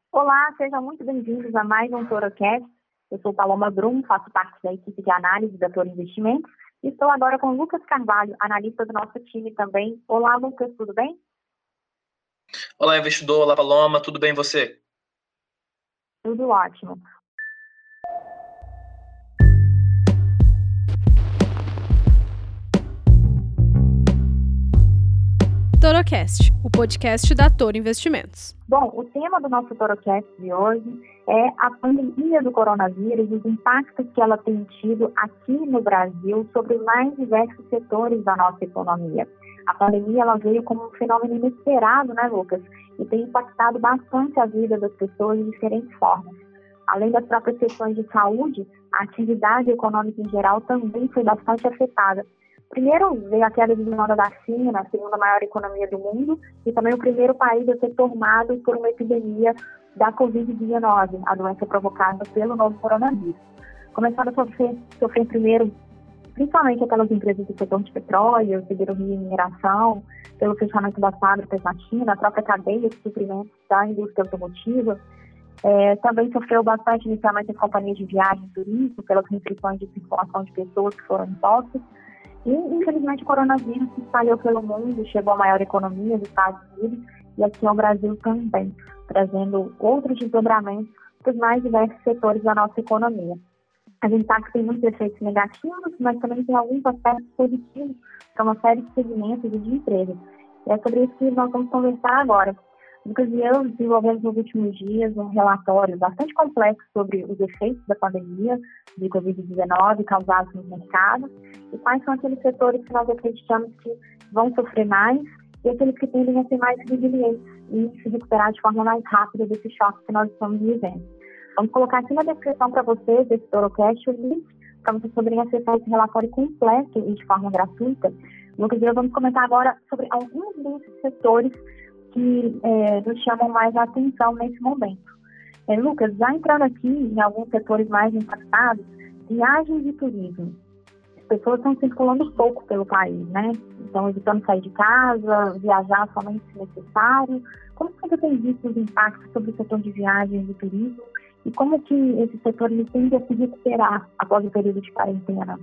Olá, sejam muito bem-vindos a mais um ToroCast. Eu sou Paloma Brum, faço parte da equipe de análise da Toro Investimentos e estou agora com o Lucas Carvalho, analista do nosso time também. Olá, Lucas, tudo bem? Olá, investidor. Olá, Paloma. Tudo bem, você? Tudo ótimo. ToroCast, o podcast da Toro Investimentos. Bom, o tema do nosso ToroCast de hoje é a pandemia do coronavírus e os impactos que ela tem tido aqui no Brasil sobre os mais diversos setores da nossa economia. A pandemia ela veio como um fenômeno inesperado, né, Lucas? E tem impactado bastante a vida das pessoas de diferentes formas. Além das próprias questões de saúde, a atividade econômica em geral também foi bastante afetada. Primeiro, veio a queda de demanda da China, a segunda maior economia do mundo, e também o primeiro país a ser tomado por uma epidemia da Covid-19, a doença provocada pelo novo coronavírus. Começaram a sofrer primeiro, principalmente aquelas empresas do setor de petróleo, siderurgia e mineração, pelo fechamento das fábricas na China, a própria cadeia de suprimentos da indústria automotiva. Também sofreu bastante inicialmente as companhias de viagem e turismo, pelas restrições de circulação de pessoas que foram impostas. E, infelizmente, o coronavírus se espalhou pelo mundo, chegou à maior economia dos Estados Unidos e aqui ao Brasil também, trazendo outros desdobramentos para os mais diversos setores da nossa economia. A gente sabe que tem muitos efeitos negativos, mas também tem alguns aspectos positivos para uma série de segmentos e de empresas. E é sobre isso que nós vamos conversar agora. Lucas e eu desenvolvemos nos últimos dias um relatório bastante complexo sobre os efeitos da pandemia de Covid-19 causados no mercado e quais são aqueles setores que nós acreditamos que vão sofrer mais e aqueles que tendem a ser mais resilientes e se recuperar de forma mais rápida desse choque que nós estamos vivendo. Vamos colocar aqui na descrição para vocês desse ToroCast o link para vocês poderem acessar esse relatório completo e de forma gratuita. Lucas e eu vamos comentar agora sobre alguns desses setores que nos chamam mais a atenção nesse momento. Lucas, já entrando aqui em alguns setores mais impactados, viagens e turismo. As pessoas estão circulando pouco pelo país, né? Estão evitando sair de casa, viajar somente se necessário. Como você tem visto os impactos sobre o setor de viagens e turismo e como que esse setor tende a se recuperar após o período de quarentena?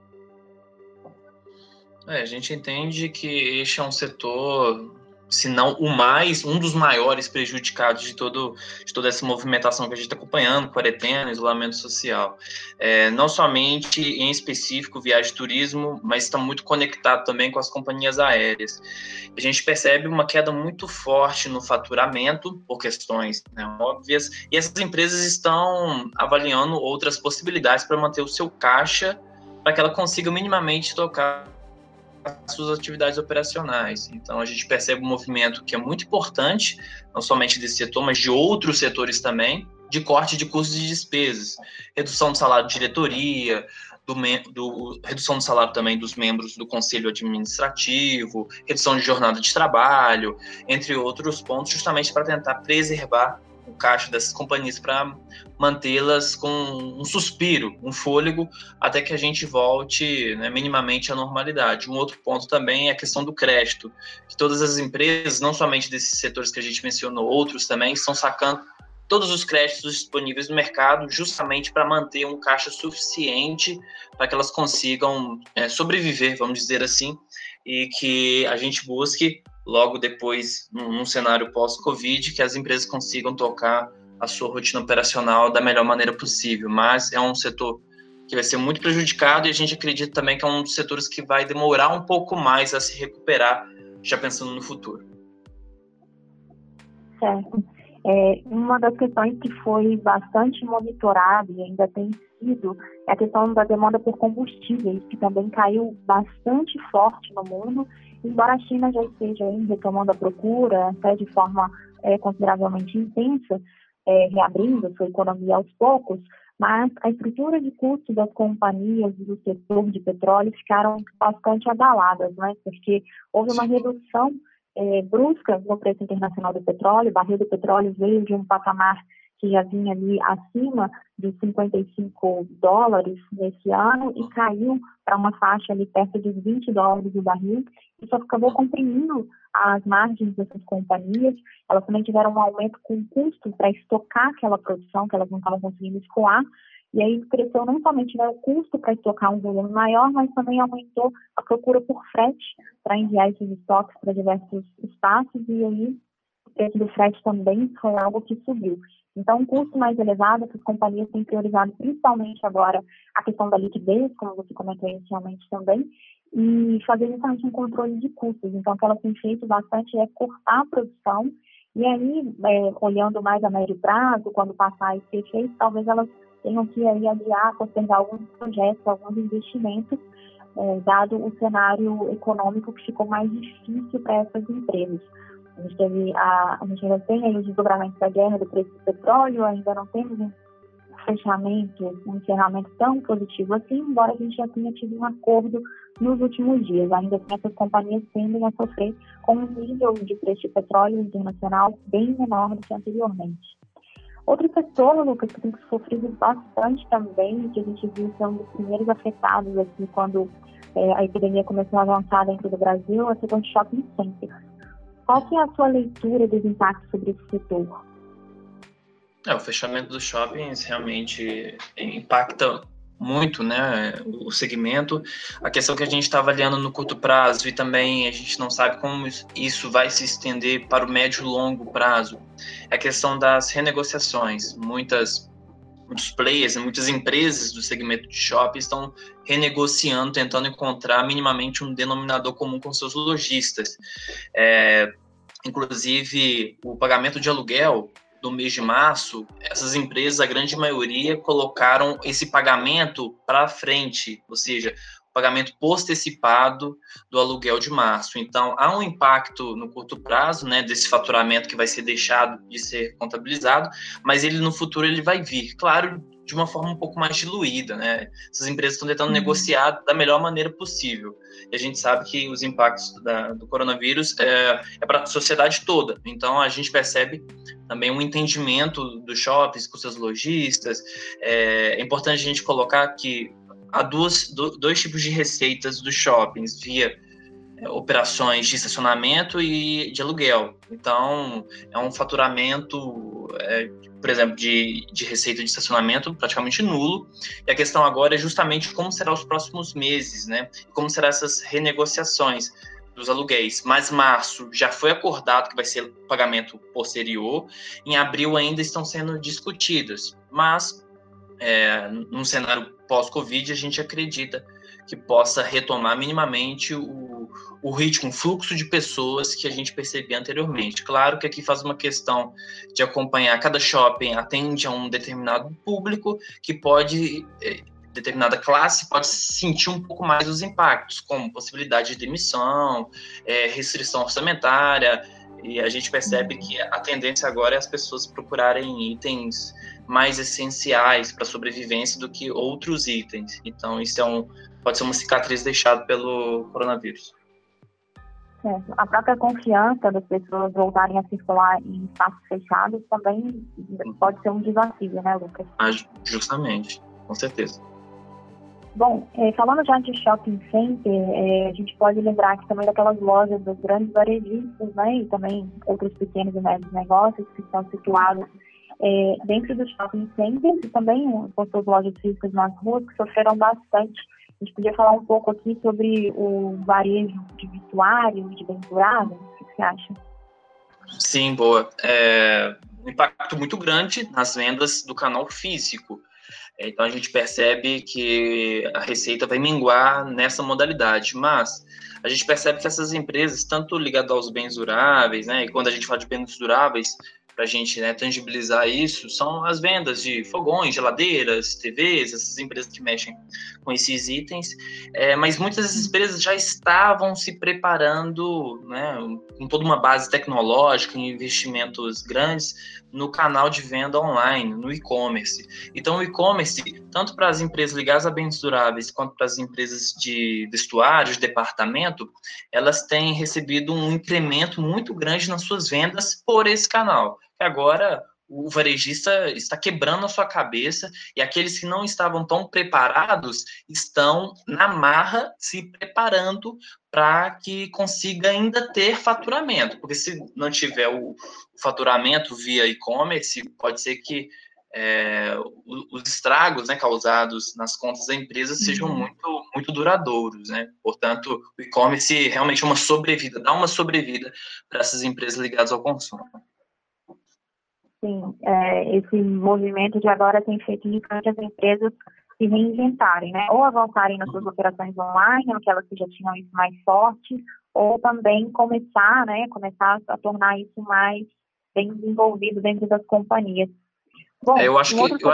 A gente entende que este é um setor, se não um dos maiores prejudicados de toda essa movimentação que a gente está acompanhando, quarentena, isolamento social. Não somente, em específico, viagem e turismo, mas está muito conectado também com as companhias aéreas. A gente percebe uma queda muito forte no faturamento, por questões, né, óbvias, e essas empresas estão avaliando outras possibilidades para manter o seu caixa, para que ela consiga minimamente tocar suas atividades operacionais. Então, a gente percebe um movimento que é muito importante, não somente desse setor, mas de outros setores também, de corte de custos e despesas, redução do salário de diretoria, redução do salário também dos membros do conselho administrativo, redução de jornada de trabalho, entre outros pontos, justamente para tentar preservar o caixa dessas companhias, para mantê-las com um suspiro, um fôlego, até que a gente volte, né, minimamente à normalidade. Um outro ponto também é a questão do crédito, que todas as empresas, não somente desses setores que a gente mencionou, outros também, estão sacando todos os créditos disponíveis no mercado, justamente para manter um caixa suficiente para que elas consigam sobreviver, vamos dizer assim, e que a gente busque logo depois, num cenário pós-Covid, que as empresas consigam tocar a sua rotina operacional da melhor maneira possível. Mas é um setor que vai ser muito prejudicado e a gente acredita também que é um dos setores que vai demorar um pouco mais a se recuperar, já pensando no futuro. Certo. Uma das questões que foi bastante monitorada e ainda tem sido é a questão da demanda por combustíveis, que também caiu bastante forte no mundo, embora a China já esteja retomando a procura, até de forma consideravelmente intensa, reabrindo sua economia aos poucos, mas a estrutura de custo das companhias do setor de petróleo ficaram bastante abaladas, né? Porque houve uma redução brusca no preço internacional do petróleo. O barril do petróleo veio de um patamar que já vinha ali acima dos $55 nesse ano e caiu para uma faixa ali perto dos $20 o barril. Isso acabou comprimindo as margens dessas companhias. Elas também tiveram um aumento com custo para estocar aquela produção que elas não estavam conseguindo escoar. E aí cresceu não somente, né, o custo para estocar um volume maior, mas também aumentou a procura por frete para enviar esses estoques para diversos espaços, e aí o preço do frete também foi algo que subiu. Então, um custo mais elevado, essas companhias têm priorizado principalmente agora a questão da liquidez, como você comentou inicialmente também, e fazer justamente um controle de custos. Então, o que elas têm feito bastante é cortar a produção, e aí, olhando mais a médio prazo, quando passar esse efeito, talvez elas tenham que aí adiar, postergar alguns projetos, alguns investimentos, dado o cenário econômico que ficou mais difícil para essas empresas. A gente ainda tem aí os desdobramentos da guerra do preço do petróleo, ainda não temos um fechamento, um encerramento tão positivo assim, embora a gente já tenha tido um acordo nos últimos dias. Ainda assim, essas companhias tendem a sofrer com um nível de preço de petróleo internacional bem menor do que anteriormente. Outro setor, Lucas, que tem sofrido bastante também, que a gente viu ser um dos primeiros afetados aqui quando a epidemia começou a avançar dentro do Brasil, é o setor de shopping centers. Qual que é a sua leitura dos impactos sobre esse setor? O fechamento dos shoppings realmente impacta muito, né, o segmento. A questão que a gente está avaliando no curto prazo e também a gente não sabe como isso vai se estender para o médio e longo prazo é a questão das renegociações. Muitos players, muitas empresas do segmento de shopping estão renegociando, tentando encontrar minimamente um denominador comum com seus lojistas. Inclusive, o pagamento de aluguel do mês de março, essas empresas, a grande maioria, colocaram esse pagamento para frente, ou seja, o pagamento postecipado do aluguel de março. Então, há um impacto no curto prazo, né, desse faturamento que vai ser deixado de ser contabilizado, mas ele no futuro ele vai vir, claro, de uma forma um pouco mais diluída, né? Essas empresas estão tentando negociar da melhor maneira possível. E a gente sabe que os impactos do coronavírus é para a sociedade toda. Então, a gente percebe também um entendimento dos shoppings com seus lojistas. É importante a gente colocar que há dois tipos de receitas dos shoppings, via operações de estacionamento e de aluguel. Então, é um faturamento, por exemplo, de receita de estacionamento praticamente nulo. E a questão agora é justamente como serão os próximos meses, né? Como serão essas renegociações dos aluguéis. Mas março já foi acordado que vai ser pagamento posterior. Em abril ainda estão sendo discutidas. Mas, num cenário pós-Covid, a gente acredita que possa retomar minimamente o ritmo, o fluxo de pessoas que a gente percebia anteriormente. Claro que aqui faz uma questão de acompanhar, cada shopping atende a um determinado público que pode, determinada classe, pode sentir um pouco mais os impactos, como possibilidade de demissão, restrição orçamentária, e a gente percebe que a tendência agora é as pessoas procurarem itens mais essenciais para a sobrevivência do que outros itens. Então, isso pode ser uma cicatriz deixada pelo coronavírus. A própria confiança das pessoas voltarem a circular em espaços fechados também pode ser um desafio, né, Lucas? Justamente, com certeza. Bom, falando já de shopping center, a gente pode lembrar aqui também daquelas lojas dos grandes varejistas, né, e também outros pequenos e médios negócios que estão situados dentro dos shopping centers, e também com suas lojas físicas nas ruas, que sofreram bastante. A gente podia falar um pouco aqui sobre o varejo de vestuário, de bens duráveis. O que você acha? Sim, boa. Um impacto muito grande nas vendas do canal físico. Então, a gente percebe que a receita vai minguar nessa modalidade, mas a gente percebe que essas empresas, tanto ligadas aos bens duráveis, né, e quando a gente fala de bens duráveis, para a gente, né, tangibilizar isso, são as vendas de fogões, geladeiras, TVs, essas empresas que mexem com esses itens, mas muitas dessas empresas já estavam se preparando, né, com toda uma base tecnológica, em investimentos grandes, no canal de venda online, no e-commerce. Então, o e-commerce, tanto para as empresas ligadas a bens duráveis, quanto para as empresas de vestuário, de departamento, elas têm recebido um incremento muito grande nas suas vendas por esse canal. Agora, o varejista está quebrando a sua cabeça e aqueles que não estavam tão preparados estão na marra se preparando para que consiga ainda ter faturamento, porque se não tiver o faturamento via e-commerce, pode ser que os estragos, né, causados nas contas da empresa sejam muito, muito duradouros, né? Portanto, o e-commerce realmente é uma sobrevida, dá uma sobrevida para essas empresas ligadas ao consumo. Sim, esse movimento de agora tem feito justamente as empresas se reinventarem, né? Ou avançarem nas suas operações online, ou que elas já tinham isso mais forte, ou também começar a tornar isso mais bem desenvolvido dentro das companhias. Bom, eu acho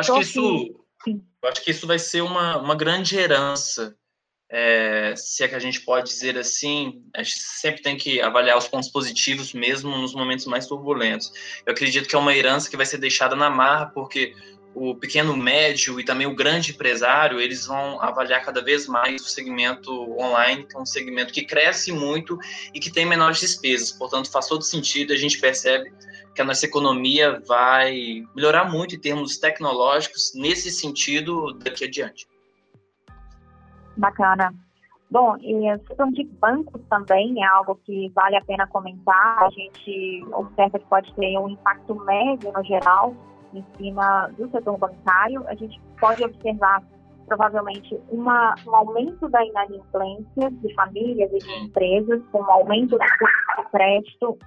que isso vai ser uma grande herança. Se é que a gente pode dizer assim, a gente sempre tem que avaliar os pontos positivos mesmo nos momentos mais turbulentos. Eu acredito que é uma herança que vai ser deixada na marra, porque o pequeno, médio e também o grande empresário, eles vão avaliar cada vez mais o segmento online, que é um segmento que cresce muito e que tem menores despesas. Portanto, faz todo sentido, a gente percebe que a nossa economia vai melhorar muito em termos tecnológicos nesse sentido daqui adiante. Bacana. Bom, e a questão de bancos também é algo que vale a pena comentar. A gente observa que pode ter um impacto médio no geral em cima do setor bancário. A gente pode observar provavelmente um aumento da inadimplência de famílias e de empresas, com um aumento do custo do crédito.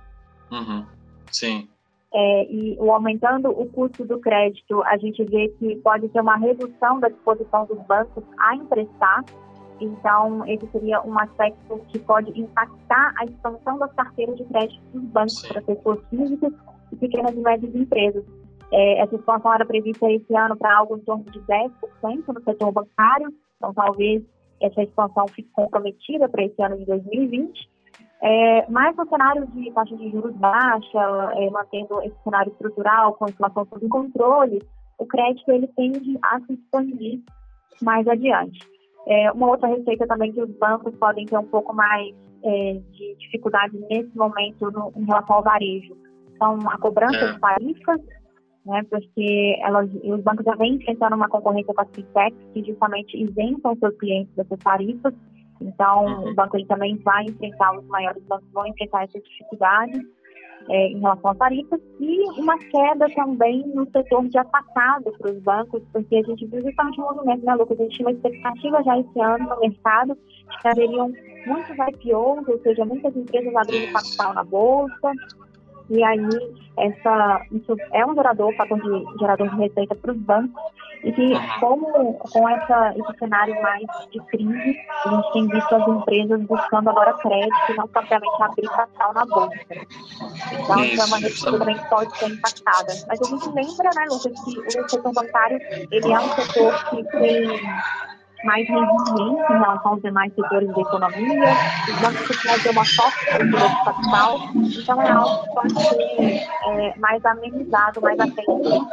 Sim. E aumentando o custo do crédito, a gente vê que pode ter uma redução da disposição dos bancos a emprestar. Então, esse seria um aspecto que pode impactar a expansão das carteiras de crédito dos bancos para pessoas físicas e pequenas e médias empresas. Essa expansão era prevista esse ano para algo em torno de 10% no setor bancário, então talvez essa expansão fique comprometida para esse ano de 2020. Mas no cenário de taxa de juros baixa, mantendo esse cenário estrutural com a inflação sob controle, o crédito ele tende a se expandir mais adiante. Uma outra receita também que os bancos podem ter um pouco mais de dificuldade nesse momento em relação ao varejo são a cobrança de tarifas, né, porque os bancos já vêm enfrentando uma concorrência com as fintechs que justamente isentam seus clientes dessas tarifas. Então, o banco ele também vai enfrentar, os maiores bancos vão enfrentar essas dificuldades em relação às tarifas, e uma queda também no setor de atacado para os bancos, porque a gente viu justamente um movimento, né, Lucas? A gente tinha uma expectativa já esse ano no mercado de que haveriam muitos IPOs, ou seja, muitas empresas abrindo capital na bolsa, e aí isso é um fator gerador de receita para os bancos, e que com esse cenário mais de crise, a gente tem visto as empresas buscando agora crédito e não propriamente abrir capital na bolsa. Então, isso é uma receita também que pode ser impactada. Mas a gente lembra, né, Lucas, que o setor bancário ele é um setor que tem mais resiliente em relação aos demais setores da economia. Os bancos costumam ter uma forte estrutura de capital, então é algo que pode ser mais amenizado, mais atento.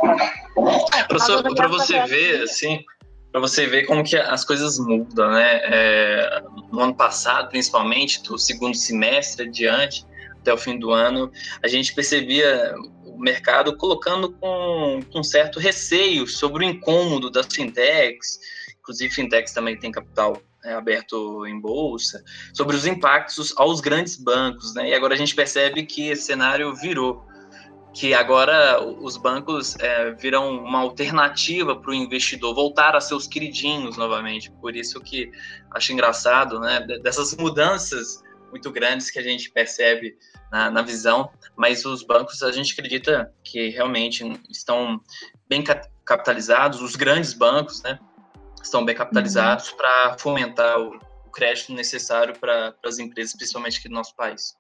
Para você ver, assim, para você ver como que as coisas mudam, né? No ano passado, principalmente, do segundo semestre adiante, até o fim do ano, a gente percebia o mercado colocando com um certo receio sobre o incômodo das fintechs. Inclusive, fintechs também têm capital aberto em bolsa, sobre os impactos aos grandes bancos, né? E agora a gente percebe que esse cenário virou, que agora os bancos viram uma alternativa para o investidor voltar a seus queridinhos novamente. Por isso que acho engraçado, né? Dessas mudanças muito grandes que a gente percebe na visão, mas os bancos, a gente acredita que realmente estão bem capitalizados, os grandes bancos, né? Estão bem capitalizados para fomentar o crédito necessário para as empresas, principalmente aqui do nosso país.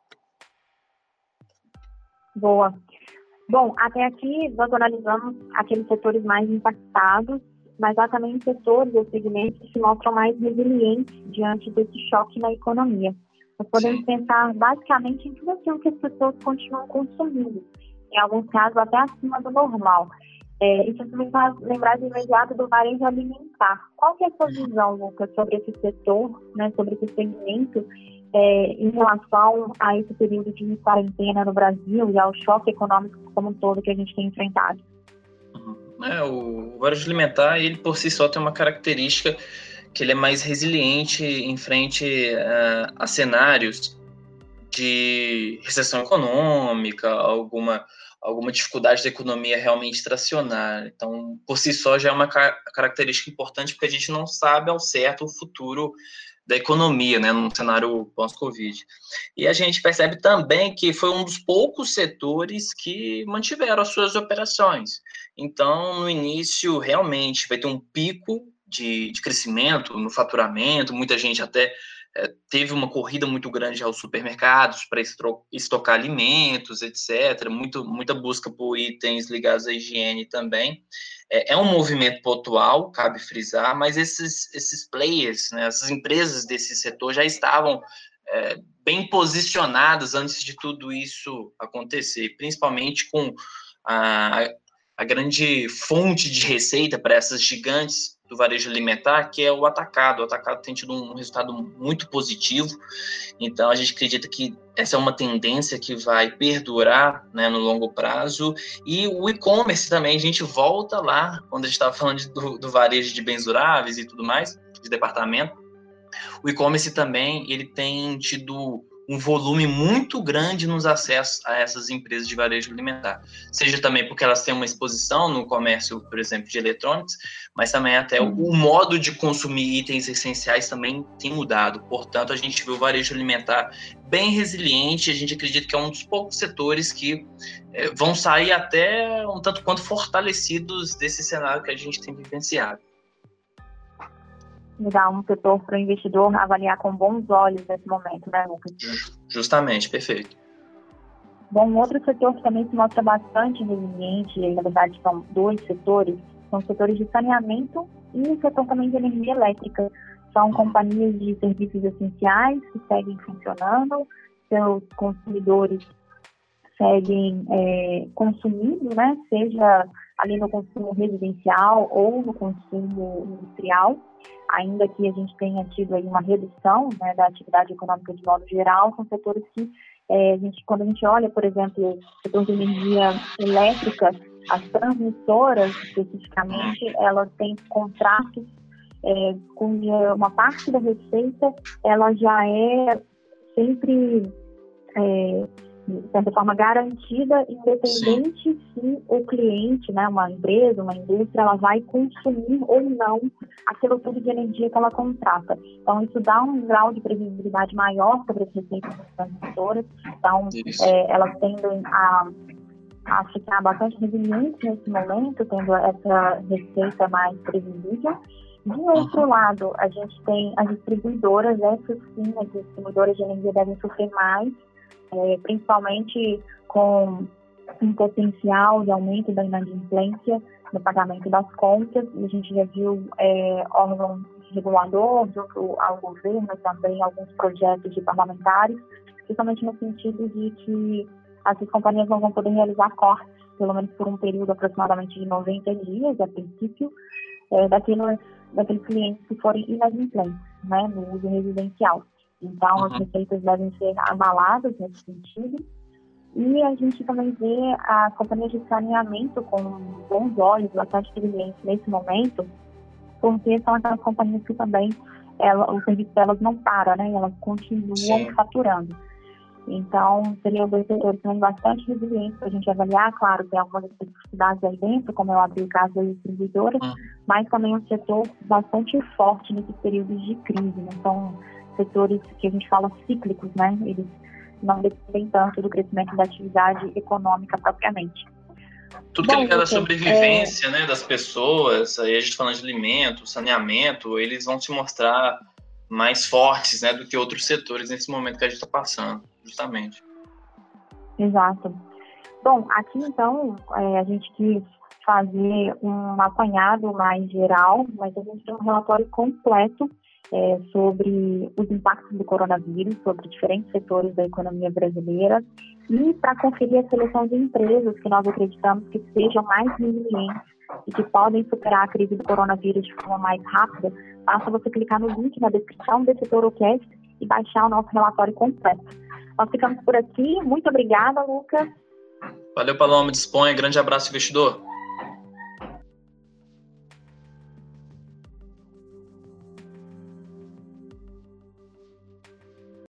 Boa. Bom, até aqui nós analisamos aqueles setores mais impactados, mas há também setores ou segmentos que se mostram mais resilientes diante desse choque na economia. Nós podemos pensar basicamente em tudo aquilo que as pessoas continuam consumindo, em alguns casos até acima do normal. Isso me faz lembrar de imediato do varejo alimentar. Qual que é a sua visão, Lucas, sobre esse setor, né, sobre esse segmento, em relação a esse período de quarentena no Brasil e ao choque econômico como um todo que a gente tem enfrentado. O varejo alimentar, ele por si só tem uma característica que ele é mais resiliente em frente a cenários de recessão econômica, alguma dificuldade da economia realmente tracionar. Então, por si só, já é uma característica importante, porque a gente não sabe ao certo o futuro da economia, né, num cenário pós-Covid. E a gente percebe também que foi um dos poucos setores que mantiveram as suas operações. Então, no início, realmente, vai ter um pico de crescimento no faturamento, muita gente até teve uma corrida muito grande aos supermercados para estocar alimentos, etc. Muita busca por itens ligados à higiene também. É um movimento pontual, cabe frisar, mas esses players, né, essas empresas desse setor já estavam bem posicionadas antes de tudo isso acontecer, principalmente com a grande fonte de receita para essas gigantes do varejo alimentar, que é o atacado. O atacado tem tido um resultado muito positivo, então a gente acredita que essa é uma tendência que vai perdurar, né, no longo prazo. E o e-commerce também, a gente volta lá, quando a gente estava falando do varejo de bens duráveis e tudo mais, de departamento, o e-commerce também ele tem tido um volume muito grande nos acessos a essas empresas de varejo alimentar. Seja também porque elas têm uma exposição no comércio, por exemplo, de eletrônicos, mas também até o modo de consumir itens essenciais também tem mudado. Portanto, a gente vê o varejo alimentar bem resiliente. A gente acredita que é um dos poucos setores que vão sair até um tanto quanto fortalecidos desse cenário que a gente tem vivenciado. Dá um setor para o investidor avaliar com bons olhos nesse momento, né, Lucas? Justamente, perfeito. Bom, outro setor que também se mostra bastante resiliente, e na verdade são dois setores, são os setores de saneamento e o setor também de energia elétrica. São companhias de serviços essenciais que seguem funcionando, seus consumidores seguem consumindo, né, seja ali no consumo residencial ou no consumo industrial, ainda que a gente tenha tido aí uma redução, né, da atividade econômica de modo geral. São setores que, quando a gente olha, por exemplo, o setor de energia elétrica, as transmissoras, especificamente, elas têm contratos cuja uma parte da receita ela já é sempre, de certa forma, garantida, independente se o cliente, né, uma empresa, uma indústria, ela vai consumir ou não aquele tipo de energia que ela contrata. Então, isso dá um grau de previsibilidade maior sobre as receitas das transmissoras. Então, elas tendem a ficar bastante resilientes nesse momento, tendo essa receita mais previsível. De outro lado, a gente tem as distribuidoras, essas sim, as distribuidoras de energia devem sofrer mais, principalmente com um potencial de aumento da inadimplência no pagamento das contas. E a gente já viu órgãos reguladores junto ao governo, também alguns projetos de parlamentares, principalmente no sentido de que essas companhias não vão poder realizar cortes, pelo menos por um período aproximadamente de 90 dias, a princípio, daqueles clientes que forem inadimplentes, né, no uso residencial. Então, as receitas devem ser abaladas nesse sentido. E a gente também vê as companhias de saneamento com bons olhos, bastante resilientes nesse momento, porque são aquelas companhias que também, o serviço delas não para, né? Elas continuam faturando. Então, seriam dois setores também bastante resilientes para a gente avaliar. Claro, tem algumas especificidades aí dentro, como eu abri o caso das distribuidoras, mas também um setor bastante forte nesses períodos de crise, né? São setores que a gente fala cíclicos, né? Eles não dependem tanto do crescimento da atividade econômica propriamente. Tudo que é ligado à sobrevivência, né, das pessoas, aí a gente falando de alimento, saneamento, eles vão se mostrar mais fortes, né, do que outros setores nesse momento que a gente está passando, justamente. Exato. Bom, aqui então a gente quis fazer um apanhado mais geral, mas a gente tem um relatório completo sobre os impactos do coronavírus, sobre diferentes setores da economia brasileira, e para conferir a seleção de empresas que nós acreditamos que sejam mais resilientes e que podem superar a crise do coronavírus de forma mais rápida, basta você clicar no link na descrição desse Torocast que baixar o nosso relatório completo. Nós ficamos por aqui. Muito obrigada, Lucas. Valeu, Paloma. Disponha. Grande abraço, investidor.